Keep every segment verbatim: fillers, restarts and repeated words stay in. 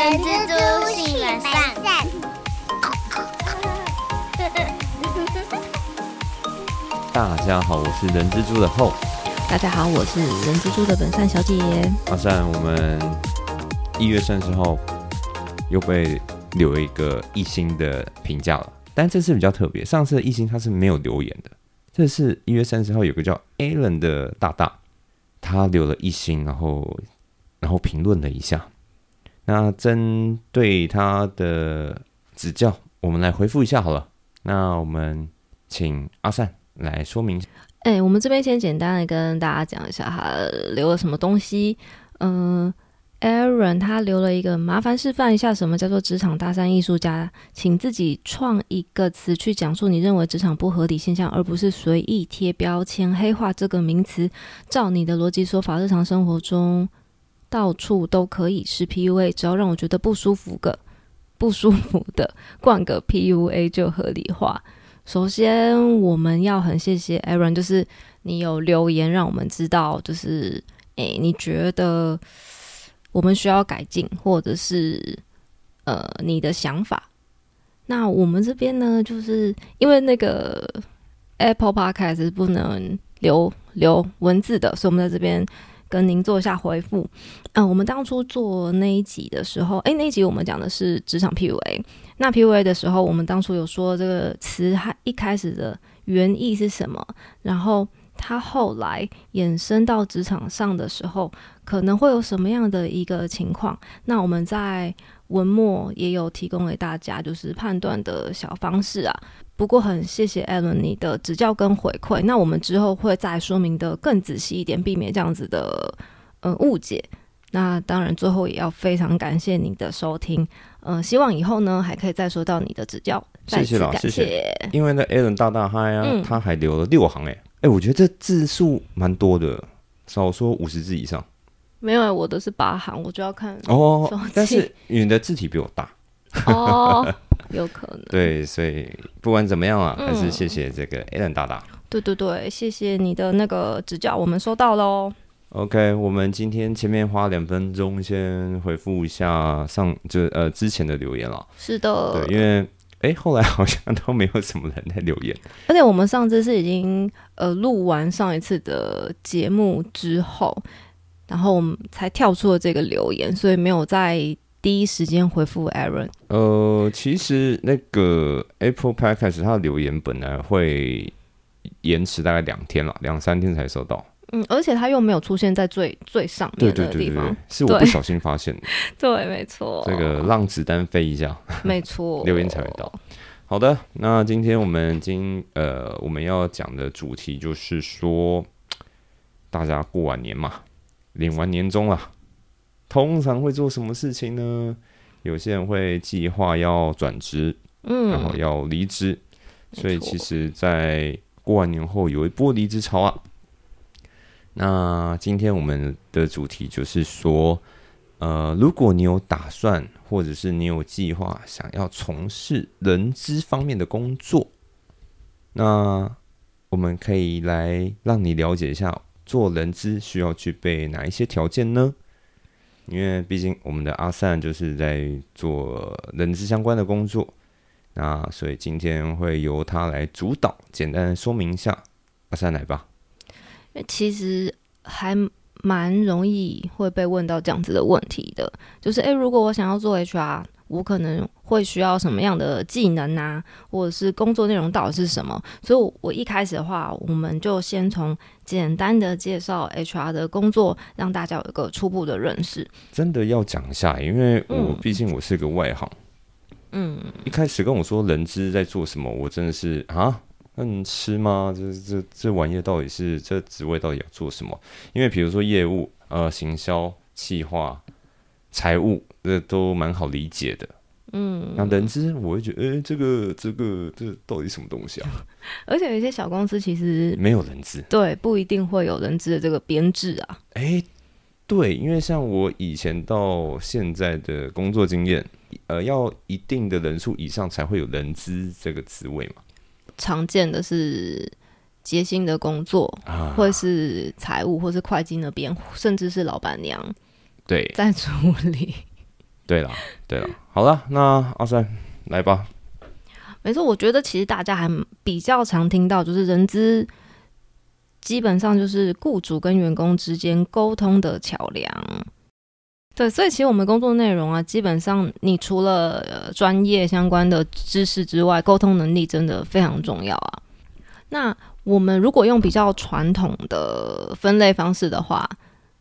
人蜘蛛性本善。 大家好，我是人蜘蛛的后。 大家好，我是人蜘蛛的本善小姐。 阿善，我们一月三十号又被留一个一星的评价了，但这次比较特别，上次的一星他是没有留言的，这次一月三十号有个叫 Alan 的大大，他留了一星，然后然后评论了一下。那针对他的指教，我们来回复一下好了。那我们请阿善来说明。 哎、欸，我们这边先简单的跟大家讲一下他留了什么东西。嗯、呃、，Aaron 他留了一个，麻烦示范一下什么叫做职场大三艺术家，请自己创一个词去讲述你认为职场不合理现象，而不是随意贴标签黑化这个名词。照你的逻辑说法，日常生活中到处都可以是 P U A， 只要让我觉得不舒服个不舒服的灌个 P U A 就合理化。首先我们要很谢谢 Aaron， 就是你有留言让我们知道，就是诶你觉得我们需要改进，或者是呃你的想法。那我们这边呢，就是因为那个 Apple Podcast 是不能留留文字的，所以我们在这边跟您做一下回复。嗯、呃，我们当初做那一集的时候，诶那一集我们讲的是职场 P U A。那 P U A 的时候，我们当初有说这个词一开始的原意是什么，然后它后来衍生到职场上的时候，可能会有什么样的一个情况。那我们在文末也有提供给大家，就是判断的小方式啊。不过很谢谢 Alan 你的指教跟回馈，那我们之后会再说明的更仔细一点，避免这样子的呃误解。那当然最后也要非常感谢你的收听，呃，希望以后呢还可以再收到你的指教， 谢谢啦， 谢谢。 因为那 Alan 大大他、啊嗯、他还留了六行哎，哎，我觉得这字数蛮多的，少说五十字以上。 没有，我的是八行，我就要看哦，但是你的字体比我大哦，有可能。 对，所以不管怎么样啊，嗯、还是谢谢这个 Alan 大大。 对对对，谢谢你的那个指教，我们收到咯。 OK， 我们今天前面花两分钟先回复一下上就呃之前的留言了。 是的， 对，因为哎后来好像都没有什么人在留言， 而且我们上次是已经呃录完上一次的节目之后，然后我们才跳出了这个留言，所以没有在第一时间回复 Aaron。 呃，其实那个 Apple Podcast 它的留言本来会延迟大概两天了，两三天才收到。 嗯，而且他又没有出现在最最上面的地方， 对对对对对，是我不小心发现的。 对，没错， 这个让子弹飞一下， 没错， 留言才会到。好的，那今天我们今呃我们要讲的主题就是说，大家过完年嘛，领完年终了，通常会做什么事情呢？有些人会计划要转职，嗯，然后要离职，所以其实，在过完年后有一波离职潮啊。那今天我们的主题就是说，呃，如果你有打算，或者是你有计划想要从事人资方面的工作，那我们可以来让你了解一下，做人资需要具备哪一些条件呢？因为毕竟我们的阿善就是在做人资相关的工作，那所以今天会由他来主导，简单的说明一下。阿善来吧。 其实还蛮容易会被问到这样子的问题的，就是诶，如果我想要做 H R， 我可能会需要什么样的技能啊，或者是工作内容到底是什么？所以我一开始的话，我们就先从简单的介绍 H R 的工作，让大家有一个初步的认识。 真的要讲一下，因为我毕竟我是个外行，嗯，一开始跟我说人资在做什么，我真的是啊。能吃吗？这这这玩意到底是这职位到底要做什么？因为比如说业务、呃、行销、企划、财务，这都蛮好理解的。嗯，那人资我会觉得，哎、欸，这个这个这到底什么东西啊？ 而且有一些小公司其实没有人资， 对，不一定会有人资的这个编制啊。 哎、欸，对，因为像我以前到现在的工作经验，呃，要一定的人数以上才会有人资这个职位嘛。 常见的是接薪的工作，啊、或是财务，或是会计那边，甚至是老板娘， 对， 在处理。 对啦，对啦，好啦，那阿善来吧。 没错，我觉得其实大家还比较常听到，就是人资基本上就是雇主跟员工之间沟通的桥梁。对，所以其实我们工作内容啊，基本上你除了呃专业相关的知识之外，沟通能力真的非常重要啊。那我们如果用比较传统的分类方式的话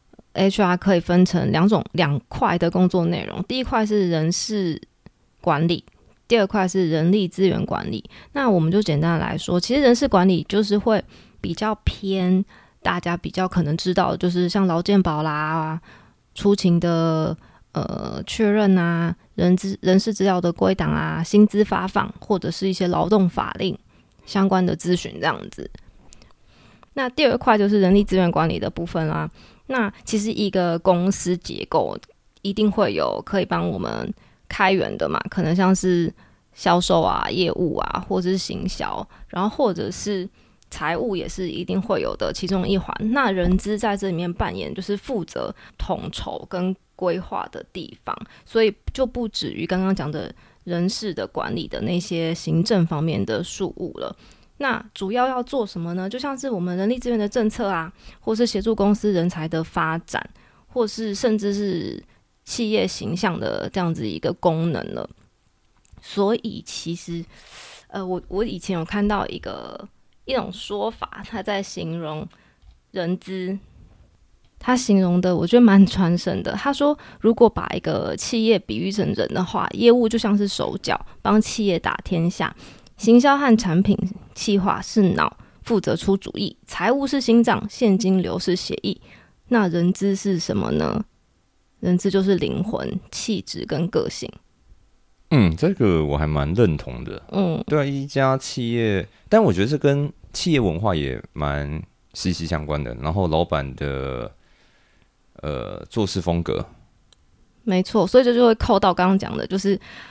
，H R 可以分成两种两块的工作内容，第一块是人事管理，第二块是人力资源管理。那我们就简单的来说，其实人事管理就是会比较偏大家比较可能知道的，就是像劳健保啦、出勤的呃确认啊、人资人事资料的归档啊、薪资发放，或者是一些劳动法令相关的咨询这样子。那第二块就是人力资源管理的部分啦。那其实一个公司结构一定会有可以帮我们开源的嘛，可能像是销售啊、业务啊，或者是行销，然后或者是财务也是一定会有的其中一环。那人资在这里面扮演就是负责统筹跟规划的地方，所以就不止于刚刚讲的人事的管理的那些行政方面的事务了。那主要要做什么呢？就像是我们人力资源的政策啊，或是协助公司人才的发展，或是甚至是企业形象的这样子一个功能了。所以其实呃，我我以前有看到一个一种说法，他在形容人资，他形容的我觉得蛮传神的。他说，如果把一个企业比喻成人的话，业务就像是手脚，帮企业打天下；行销和产品企划是脑，负责出主意；财务是心脏，现金流是血液。那人资是什么呢？人资就是灵魂、气质跟个性。 嗯，这个我还蛮认同的。嗯，对啊，一家企业，但我觉得这跟企业文化也蛮息息相关的。然后老板的呃做事风格， 没错，所以这就会扣到刚刚讲的，就是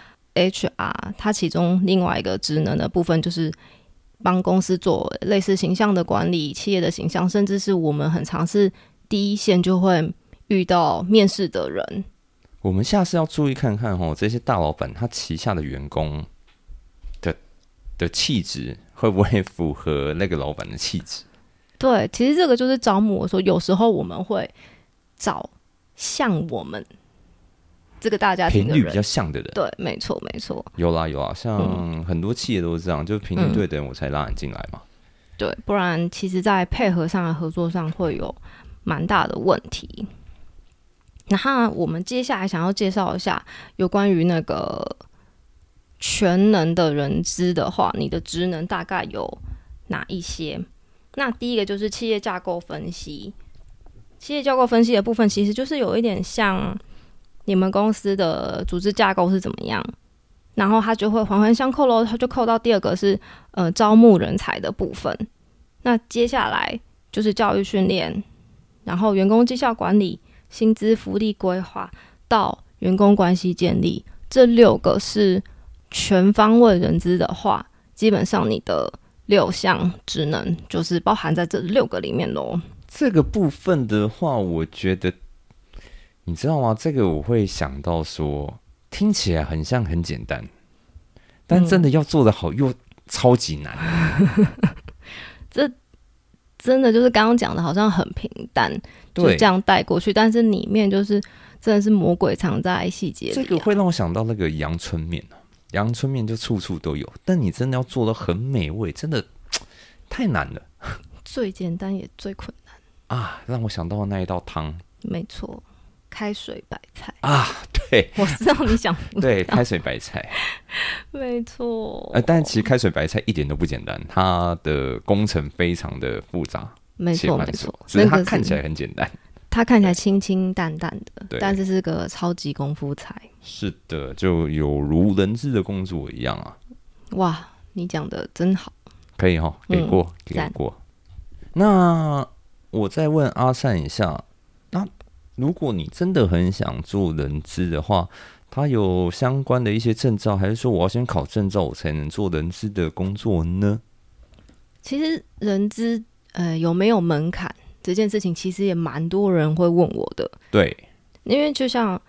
H R 它其中另外一个职能的部分，就是帮公司做类似形象的管理、企业的形象，甚至是我们很常是第一线就会遇到面试的人。 我们下次要注意看看哦，这些大老板他旗下的员工的的气质会不会符合那个老板的气质？ 对，其实这个就是招募的时候，有时候我们会找像我们这个大家庭的人， 频率比较像的人。 对，没错，没错。 有啦有啦，像很多企业都是这样，就是频率对的人我才拉你进来嘛。 嗯、对，不然其实在配合上的合作上会有蛮大的问题。然后我们接下来想要介绍一下有关于那个全能的人资的话，你的职能大概有哪一些？那第一个就是企业架构分析。企业架构分析的部分其实就是有一点像你们公司的组织架构是怎么样，然后它就会环环相扣咯，它就扣到第二个是呃招募人才的部分。那接下来就是教育训练，然后员工绩效管理、薪资福利规划到员工关系建立，这六个是全方位人资的话，基本上你的六项职能就是包含在这六个里面咯。 这个部分的话，我觉得你知道吗？这个我会想到说，听起来很像很简单，但真的要做得好又超级难。 嗯、这真的就是刚刚讲的，好像很平淡，就这样带过去，但是里面就是真的是魔鬼藏在细节里、啊。 这个会让我想到那个阳春面啊，阳春面就处处都有，但你真的要做到很美味，真的太难了。 最简单也最困难啊！让我想到那一道汤， 没错，开水白菜啊，对， 我知道你想不对，开水白菜， 没错。 呃，但其实开水白菜一点都不简单，它的工程非常的复杂， 没错没错， 只是它看起来很简单， 它看起来清清淡淡的，但是是个超级功夫菜。 是的，就有如人资的工作一样啊！ 哇，你讲的真好， 可以齁，给过，嗯、给过。那我再问阿善一下，那如果你真的很想做人资的话，他有相关的一些证照，还是说我要先考证照我才能做人资的工作呢？ 其实人资呃有没有门槛这件事情，其实也蛮多人会问我的。 对， 因为就像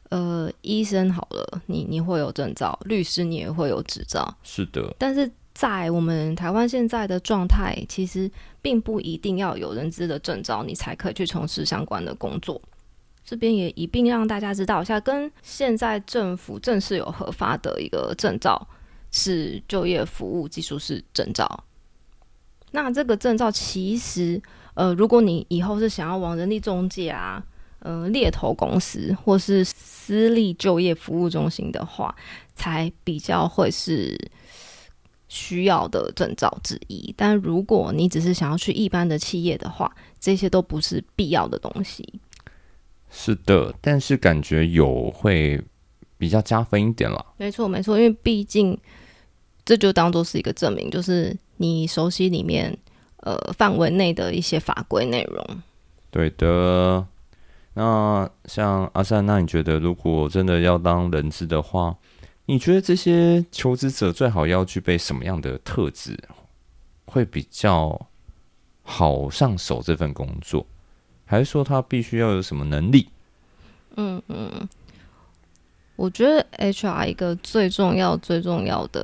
呃，医生好了，你你会有证照，律师你也会有执照， 是的， 但是在我们台湾现在的状态，其实并不一定要有人资的证照，你才可以去从事相关的工作。这边也一并让大家知道一下，跟现在政府正式有核发的一个证照是就业服务技术士证照。那这个证照其实，呃，如果你以后是想要往人力中介啊、呃猎头公司或是私立就业服务中心的话，才比较会是需要的证照之一。但如果你只是想要去一般的企业的话，这些都不是必要的东西。 是的，但是感觉有会比较加分一点啦。 没错没错，因为毕竟这就当作是一个证明，就是你熟悉里面呃范围内的一些法规内容。 对的。那像阿善，那你觉得如果真的要当人资的话，你觉得这些求职者最好要具备什么样的特质，会比较好上手这份工作？还是说他必须要有什么能力？ 嗯嗯，我觉得 H R 一个最重要最重要的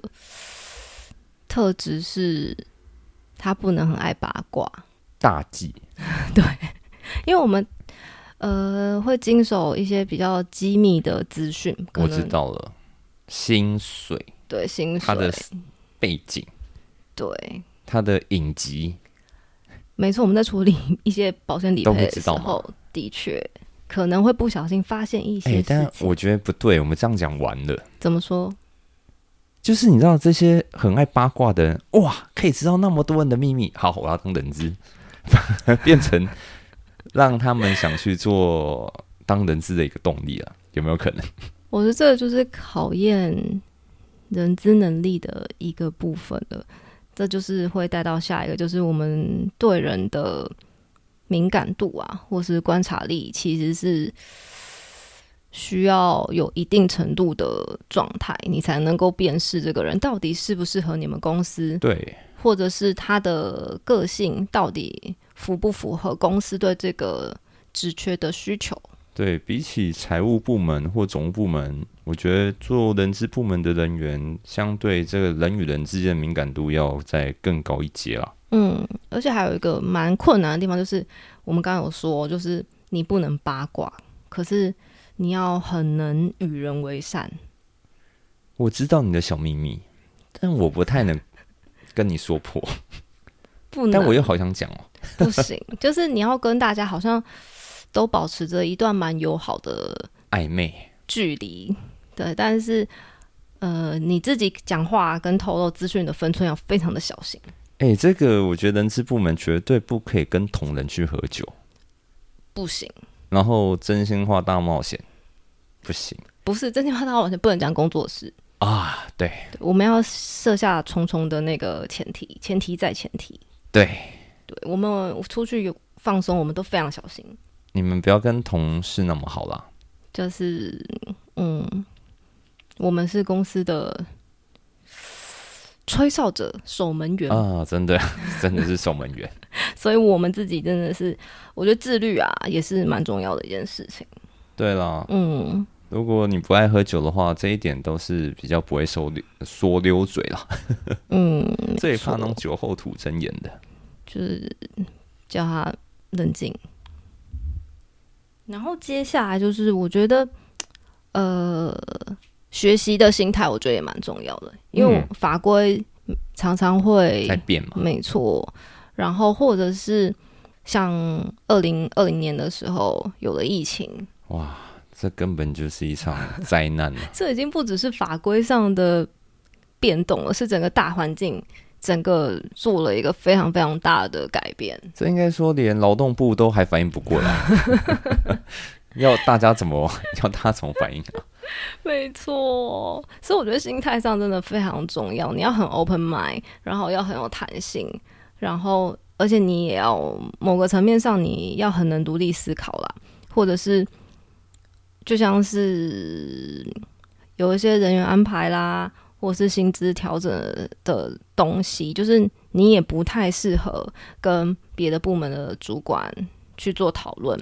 特质是，他不能很爱八卦。 大忌。 对，因为我们呃会经手一些比较机密的资讯。 我知道了，薪水， 对，薪水， 他的背景， 对， 他的影集。 没错，我们在处理一些保险理赔的时候，的确可能会不小心发现一些事情。 欸，但我觉得不对，我们这样讲完了。 怎么说？ 就是你知道这些很爱八卦的人，哇，可以知道那么多人的秘密。好，我要当人资，变成让他们想去做当人资的一个动力了，有没有可能？ 我觉得这个就是考验人资能力的一个部分了。这就是会带到下一个，就是我们对人的敏感度啊，或是观察力，其实是需要有一定程度的状态，你才能够辨识这个人到底适不适合你们公司， 对， 或者是他的个性到底符不符合公司对这个职缺的需求。 对，比起财务部门或总务部门，我觉得做人资部门的人员，相对这个人与人之间的敏感度要再更高一阶啦。 嗯，而且还有一个蛮困难的地方，就是我们刚刚有说，就是你不能八卦，可是你要很能与人为善。 我知道你的小秘密，但我不太能跟你说破。 不能， 但我又好想讲哦。 不行，就是你要跟大家好像都保持着一段蛮友好的暧昧距离，对，但是呃，你自己讲话跟透露资讯的分寸要非常的小心。 哎、欸，这个我觉得人资部门绝对不可以跟同仁去喝酒， 不行。 然后真心话大冒险，不行。 不是真心话大冒险，不能讲工作室啊。对， 对，我们要设下重重的那个前提，前提在前提。 对， 对，我们出去放松，我们都非常小心。 你们不要跟同事那么好啦。 就是嗯，我们是公司的吹哨者、守门员啊，真的，真的是守门员。 所以我们自己真的是，我觉得自律啊，也是蛮重要的一件事情。 对啦， 嗯， 如果你不爱喝酒的话，这一点都是比较不会说说溜嘴啦。 嗯， 最怕那种酒后吐真言的， 就是叫他冷静。然后接下来就是，我觉得，呃，学习的心态，我觉得也蛮重要的，因为法规常常会在变嘛， 没错。然后或者是像二零二零年的时候有了疫情， 哇，这根本就是一场灾难了。 这已经不只是法规上的变动了，是整个大环境。整个做了一个非常非常大的改变， 这应该说连劳动部都还反应不过来，要大家怎么要大家怎么反应啊？ 没错，所以我觉得心态上真的非常重要，你要很 open mind， 然后要很有弹性，然后而且你也要某个层面上你要很能独立思考啦，或者是就像是有一些人员安排啦。或是薪资调整的东西，就是你也不太适合跟别的部门的主管去做讨论。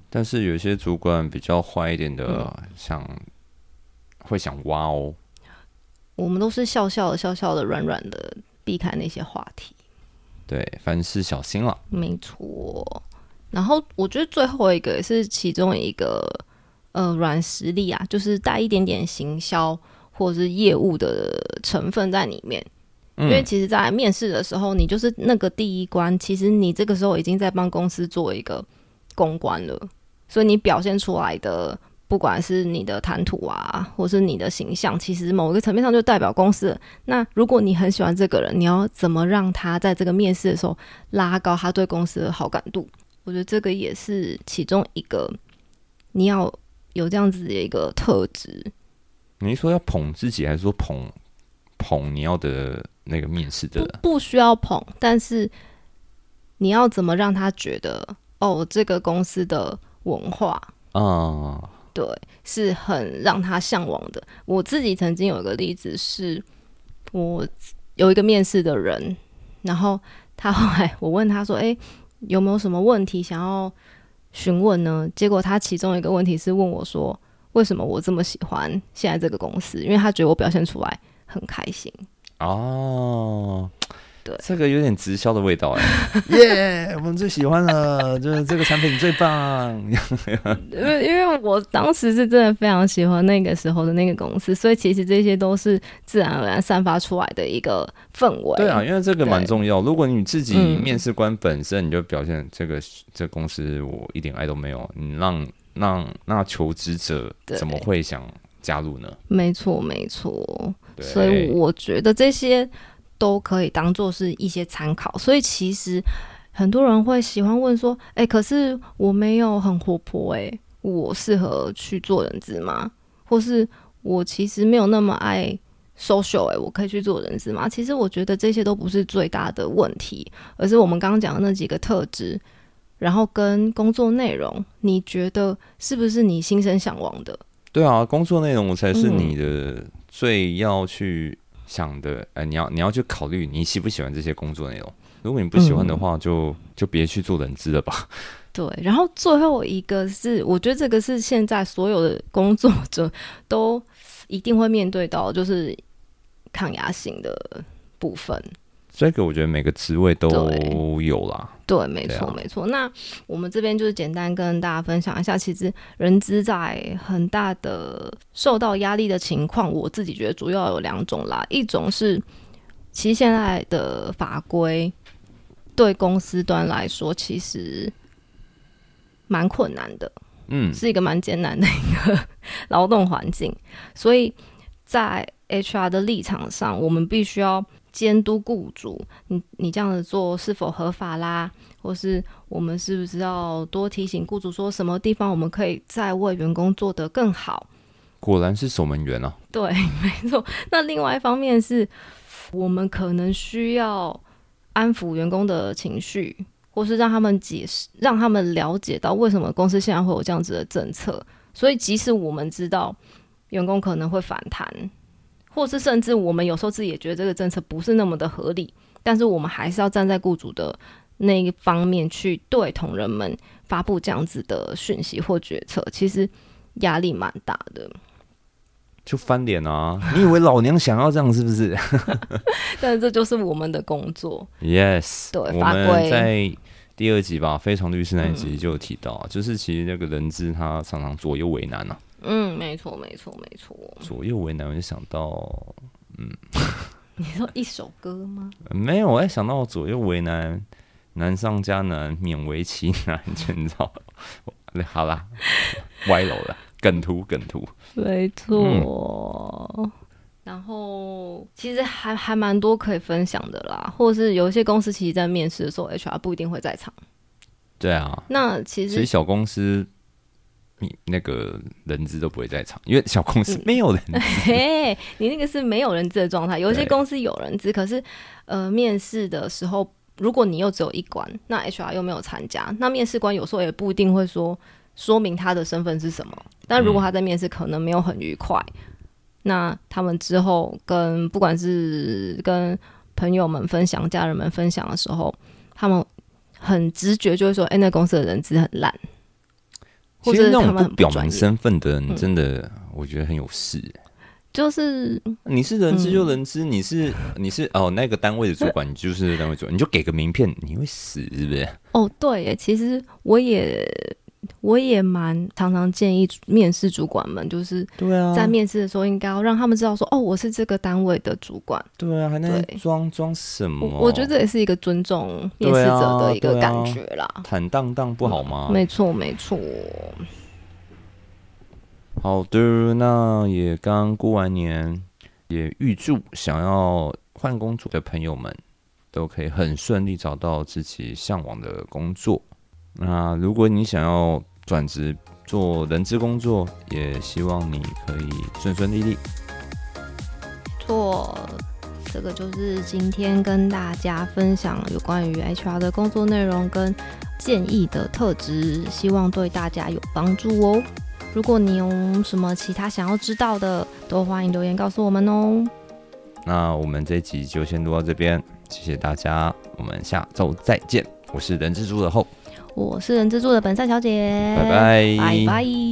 但是有些主管比较坏一点的，嗯、想会想挖哦。 我们都是笑笑的、笑笑的、软软的，避开那些话题。 对，凡事小心了。 没错。然后我觉得最后一个也是其中一个呃软实力啊，就是带一点点行销或者是业务的成分在里面。因为其实在面试的时候，你就是那个第一关，其实你这个时候已经在帮公司做一个公关了，所以你表现出来的不管是你的谈吐啊，或是你的形象，其实某一个层面上就代表公司了。那如果你很喜欢这个人，你要怎么让他在这个面试的时候拉高他对公司的好感度？我觉得这个也是其中一个你要有这样子的一个特质。 你是说要捧自己，还是说捧捧你要的那个面试的人？ 不, 不需要捧，但是你要怎么让他觉得哦，这个公司的文化啊，对，是很让他向往的。我自己曾经有一个例子是，我有一个面试的人，然后他后来我问他说：“哎，有没有什么问题想要询问呢？”结果他其中一个问题是问我说：“为什么我这么喜欢现在这个公司？”因为他觉得我表现出来很开心。 哦， 对， 这个有点直销的味道哎，耶！我们最喜欢了，就是这个产品最棒。 因为因为我当时是真的非常喜欢那个时候的那个公司，所以其实这些都是自然而然散发出来的一个氛围。 对啊，因为这个蛮重要。如果你自己面试官本身你就表现这个、嗯、这个公司我一点爱都没有，你让让那求职者怎么会想加入呢？ 没错，没错。所以我觉得这些都可以当作是一些参考。所以其实很多人会喜欢问说：“哎、欸，可是我没有很活泼，哎，我适合去做人资吗？或是我其实没有那么爱 social， 哎，我可以去做人资吗？”其实我觉得这些都不是最大的问题，而是我们刚刚讲的那几个特质，然后跟工作内容，你觉得是不是你心生向往的？ 对啊，工作内容才是你的最要去想的。呃、你要你要去考虑你喜不喜欢这些工作内容。如果你不喜欢的话，就、嗯、就别去做人资了吧。 对，然后最后一个是，我觉得这个是现在所有的工作者都一定会面对到，就是抗压性的部分。 这个我觉得每个职位都有啦。 对，对没错、啊、没错。那我们这边就是简单跟大家分享一下，其实人资在很大的受到压力的情况，我自己觉得主要有两种啦。一种是其实现在的法规对公司端来说其实蛮困难的，嗯，是一个蛮艰难的一个劳动环境，所以在 H R 的立场上，我们必须要监督雇主，你你这样子做是否合法啦？或是我们是不是要多提醒雇主说什么地方我们可以再为员工做得更好？ 果然是守门员啊！ 对，没错。那另外一方面是，我们可能需要安抚员工的情绪，或是让他们解释，让他们了解到为什么公司现在会有这样子的政策。所以，即使我们知道员工可能会反弹。或是甚至我们有时候自己也觉得这个政策不是那么的合理，但是我们还是要站在雇主的那一方面去对同仁们发布这样子的讯息或决策，其实压力蛮大的。 就翻脸啊！你以为老娘想要这样是不是？ 但是这就是我们的工作。 Yes， 对， 我们在第二集吧，非常律师那一集就有提到，嗯、就是其实那个人资他常常左右为难啊。 嗯，没错，没错，没错。 左右为难，我就想到，嗯， 你说一首歌吗？ 没有，我想到左右为难，难上加难，勉为其难，你知道？好啦，歪楼了，梗图，梗图， 没错。嗯、然后其实还还蛮多可以分享的啦，或者是有一些公司其实在面试的时候 ，H R 不一定会在场。 对啊， 那其实其实小公司。你那个人资都不会在场，因为小公司没有人资、 嗯。你那个是没有人资的状态，有些公司有人资，可是呃，面试的时候，如果你又只有一关，那 H R 又没有参加，那面试官有时候也不一定会说说明他的身份是什么。但如果他在面试可能没有很愉快，嗯、那他们之后跟不管是跟朋友们分享、家人们分享的时候，他们很直觉就会说：“哎、欸，那公司的人资很烂。” 或其实那者他们种不表明很专业， 身份的人， 嗯真的、我觉得很有事。 就是你是人资就人资、嗯，你是你是哦那个单位的主管，你就是单位主管，你就给个名片，你会死是不是？ 哦，对耶，其实我也我也蛮常常建议面试主管们，就是对啊， 在面试的时候应该要让他们知道说，哦，我是这个单位的主管。 对啊，还能对装装什么？ 我我觉得这也是一个尊重面试者的一个感觉啦， 啊啊、坦荡荡不好吗？ 嗯、没错没错。 好的，那也刚过完年，也预祝想要换工作的朋友们都可以很顺利找到自己向往的工作。那如果你想要转职做人资工作，也希望你可以顺顺利利。 错，这个就是今天跟大家分享有关于 H R 的工作内容跟建议的特质，希望对大家有帮助哦。如果你有什么其他想要知道的，都欢迎留言告诉我们哦。 那我们这一集就先录到这边，谢谢大家，我们下周再见。我是人蜘蛛的后， 我是人蜘蛛的本善小姐， 拜拜， 拜拜。